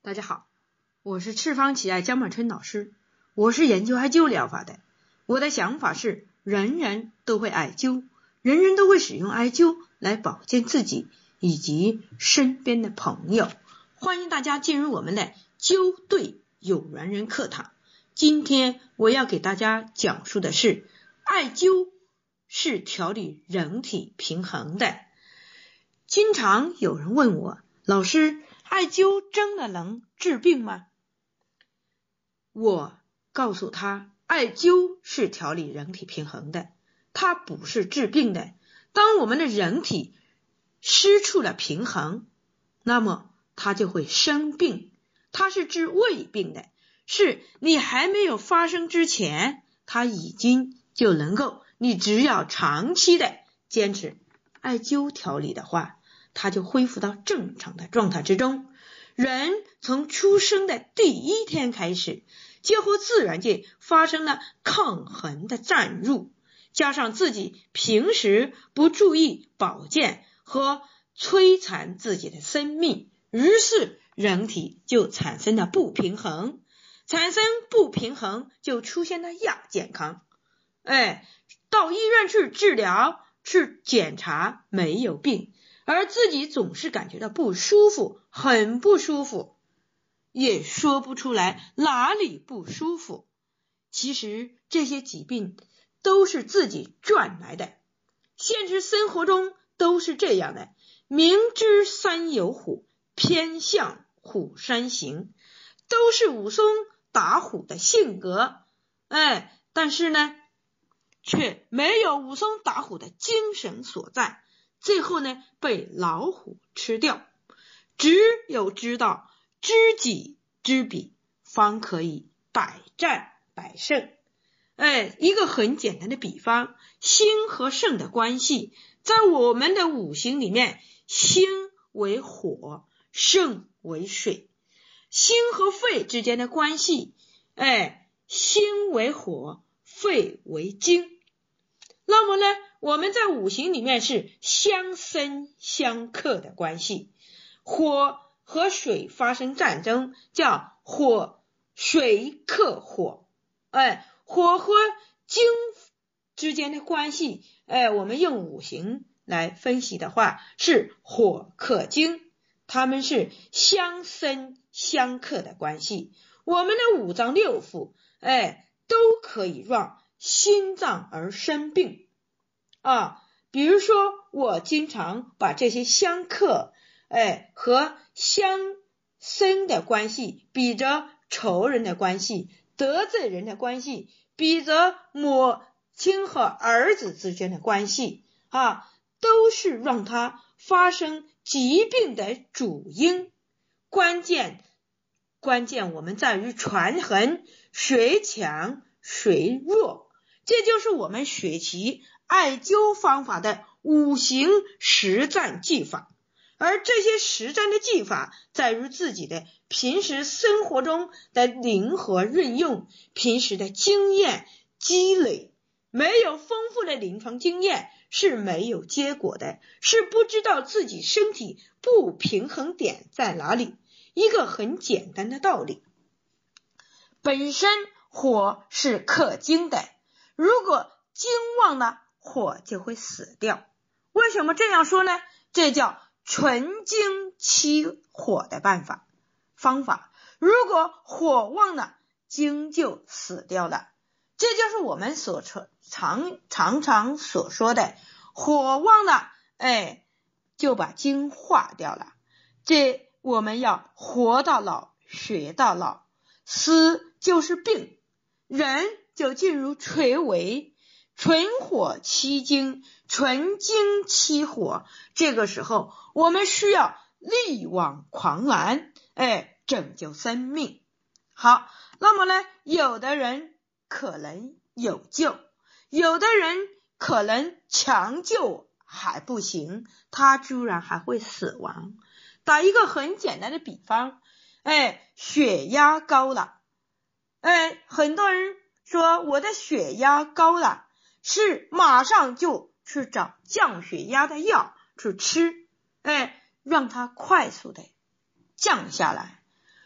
大家好，我是赤方奇艾江满春老师，我是研究艾灸疗法的。我的想法是，人人都会艾灸，人人都会使用艾灸来保健自己以及身边的朋友。欢迎大家进入我们的灸对有缘人课堂。今天我要给大家讲述的是，艾灸是调理人体平衡的。经常有人问我，老师，艾灸真的能治病吗？我告诉他，艾灸是调理人体平衡的，它不是治病的。当我们的人体失去了平衡，那么它就会生病。它是治胃病的，是你还没有发生之前，它已经就能够，你只要长期的坚持艾灸调理的话，它就恢复到正常的状态之中。人从出生的第一天开始，就和自然界发生了抗衡的战入，加上自己平时不注意保健和摧残自己的生命，于是人体就产生了不平衡，产生不平衡就出现了亚健康。到医院去治疗去检查没有病，而自己总是感觉到不舒服，很不舒服，也说不出来哪里不舒服。其实这些疾病都是自己赚来的，现实生活中都是这样的，明知山有虎，偏向虎山行，都是武松打虎的性格，但是呢却没有武松打虎的精神所在，最后呢被老虎吃掉。只有知道知己知彼，方可以百战百胜。一个很简单的比方，心和肾的关系，在我们的五行里面，心为火，肾为水。心和肺之间的关系，心为火，肺为金。那么呢，我们在五行里面是相生相克的关系，火和水发生战争，叫火水克火。火和金之间的关系，我们用五行来分析的话，是火克金，它们是相生相克的关系。我们的五脏六腑，都可以让心脏而生病比如说我经常把这些相克和相生的关系比着仇人的关系，得罪人的关系，比着母亲和儿子之间的关系都是让它发生疾病的主因。关键我们在于权衡谁强谁弱，这就是我们学习艾灸方法的五行实战技法。而这些实战的技法在于自己的平时生活中的灵活运用，平时的经验积累。没有丰富的临床经验是没有结果的，是不知道自己身体不平衡点在哪里。一个很简单的道理，本身火是克金的，如果金旺了，火就会死掉。为什么这样说呢？这叫纯金期火的方法。如果火旺了，金就死掉了。这就是我们常常所说的，火旺了就把金化掉了。这我们要活到老学到老，死就是病，人就进入垂危，纯火欺金，纯金欺火。这个时候我们需要力挽狂澜，拯救生命。好，那么呢，有的人可能有救，有的人可能抢救还不行，他居然还会死亡。打一个很简单的比方，血压高了，很多人说我的血压高了，是马上就去找降血压的药去吃，让它快速的降下来。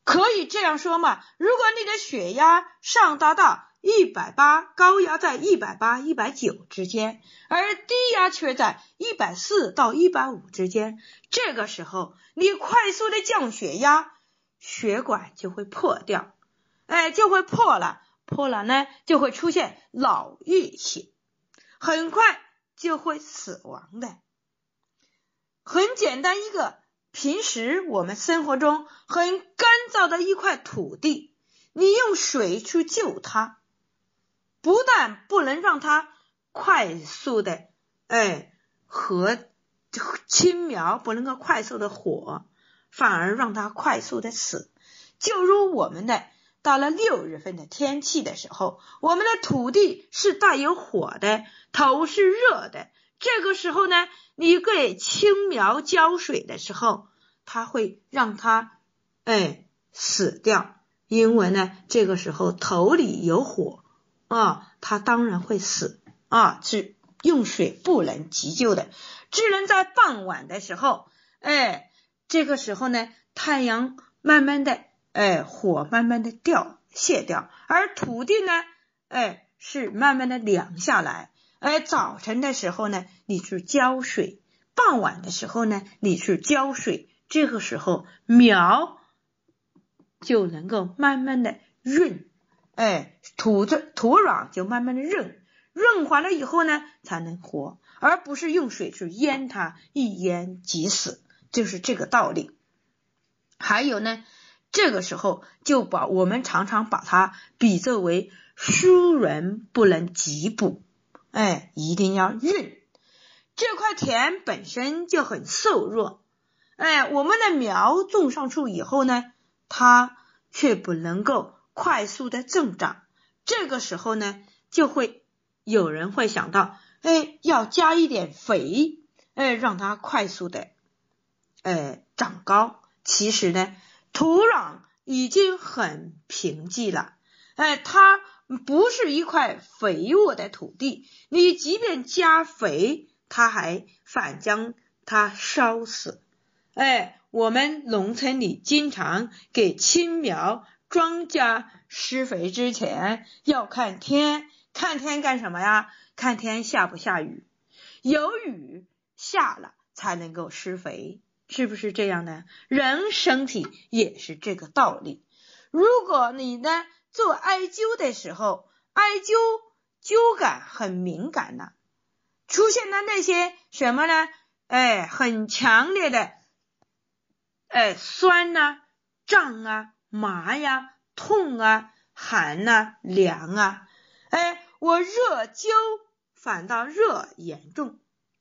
可以这样说嘛，如果你的血压上达到180，高压在180、190之间，而低压却在140到150之间，这个时候你快速的降血压，血管就会破掉，就会破了呢，就会出现脑溢血，很快就会死亡的。很简单一个，平时我们生活中很干燥的一块土地，你用水去救它，不但不能让它快速的和青苗不能够快速的活，反而让它快速的死。就如我们的到了6月份的天气的时候，我们的土地是带有火的，头是热的，这个时候呢，你给青苗浇水的时候，它会让它死掉，因为呢这个时候头里有火它当然会死是用水不能急救的，只能在傍晚的时候这个时候呢，太阳慢慢的火慢慢的卸掉，而土地呢是慢慢的凉下来。早晨的时候呢你去浇水，傍晚的时候呢你去浇水，这个时候苗就能够慢慢的润，土壤就慢慢的润滑了以后呢才能活，而不是用水去淹它，一淹即死，就是这个道理。还有呢，这个时候就我们常常把它比作为疏人不能急补，一定要润。这块田本身就很瘦弱，我们的苗种上去以后呢，它却不能够快速的增长，这个时候呢就会有人会想到要加一点肥，让它快速的长高。其实呢土壤已经很贫瘠了，它不是一块肥沃的土地，你即便加肥，它还反将它烧死。我们农村里经常给青苗庄稼施肥之前要看天干什么呀？看天下不下雨，有雨下了才能够施肥，是不是这样的？人身体也是这个道理。如果你呢做艾灸的时候，艾灸感很敏感了，出现了那些什么呢？很强烈的酸啊、胀啊、麻呀、痛啊、寒啊、凉啊，我热灸反倒热严重，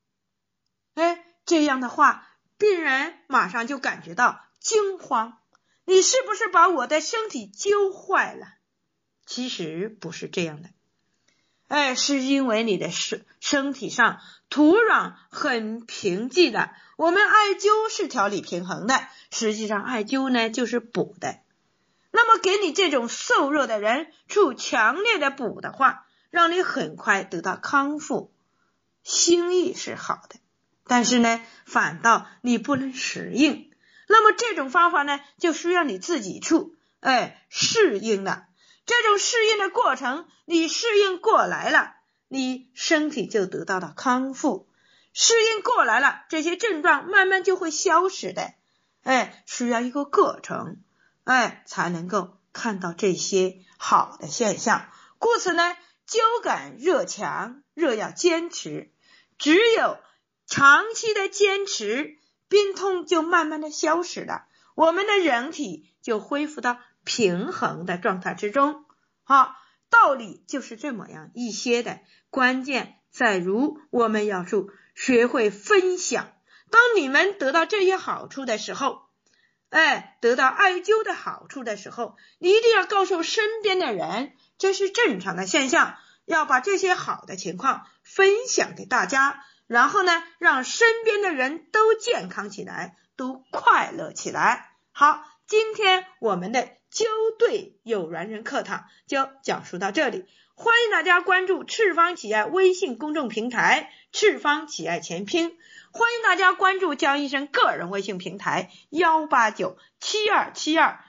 这样的话病人马上就感觉到惊慌，你是不是把我的身体灸坏了？其实不是这样的，是因为你的身体上土壤很贫瘠的。我们艾灸是调理平衡的，实际上艾灸呢就是补的。那么给你这种瘦弱的人处强烈的补的话，让你很快得到康复，心意是好的，但是呢反倒你不能适应。那么这种方法呢就需要你自己去适应了。这种适应的过程你适应过来了，你身体就得到了康复，适应过来了，这些症状慢慢就会消失的，需要一个过程，才能够看到这些好的现象。故此呢，灸感热强，热要坚持，只有长期的坚持，病痛就慢慢的消失了，我们的人体就恢复到平衡的状态之中。好，道理就是这么样一些的，关键在于我们要去学会分享。当你们得到这些好处的时候，得到艾灸的好处的时候，你一定要告诉身边的人，这是正常的现象，要把这些好的情况分享给大家，然后呢，让身边的人都健康起来，都快乐起来。好，今天我们的灸对有缘人课堂就讲述到这里，欢迎大家关注赤方企业微信公众平台赤方企业全拼，欢迎大家关注江医生个人微信平台1897272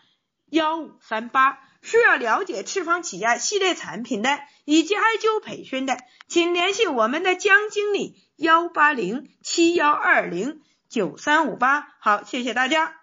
1538。需要了解赤方起亚系列产品的以及艾灸培训的，请联系我们的江经理18071209358。好，谢谢大家。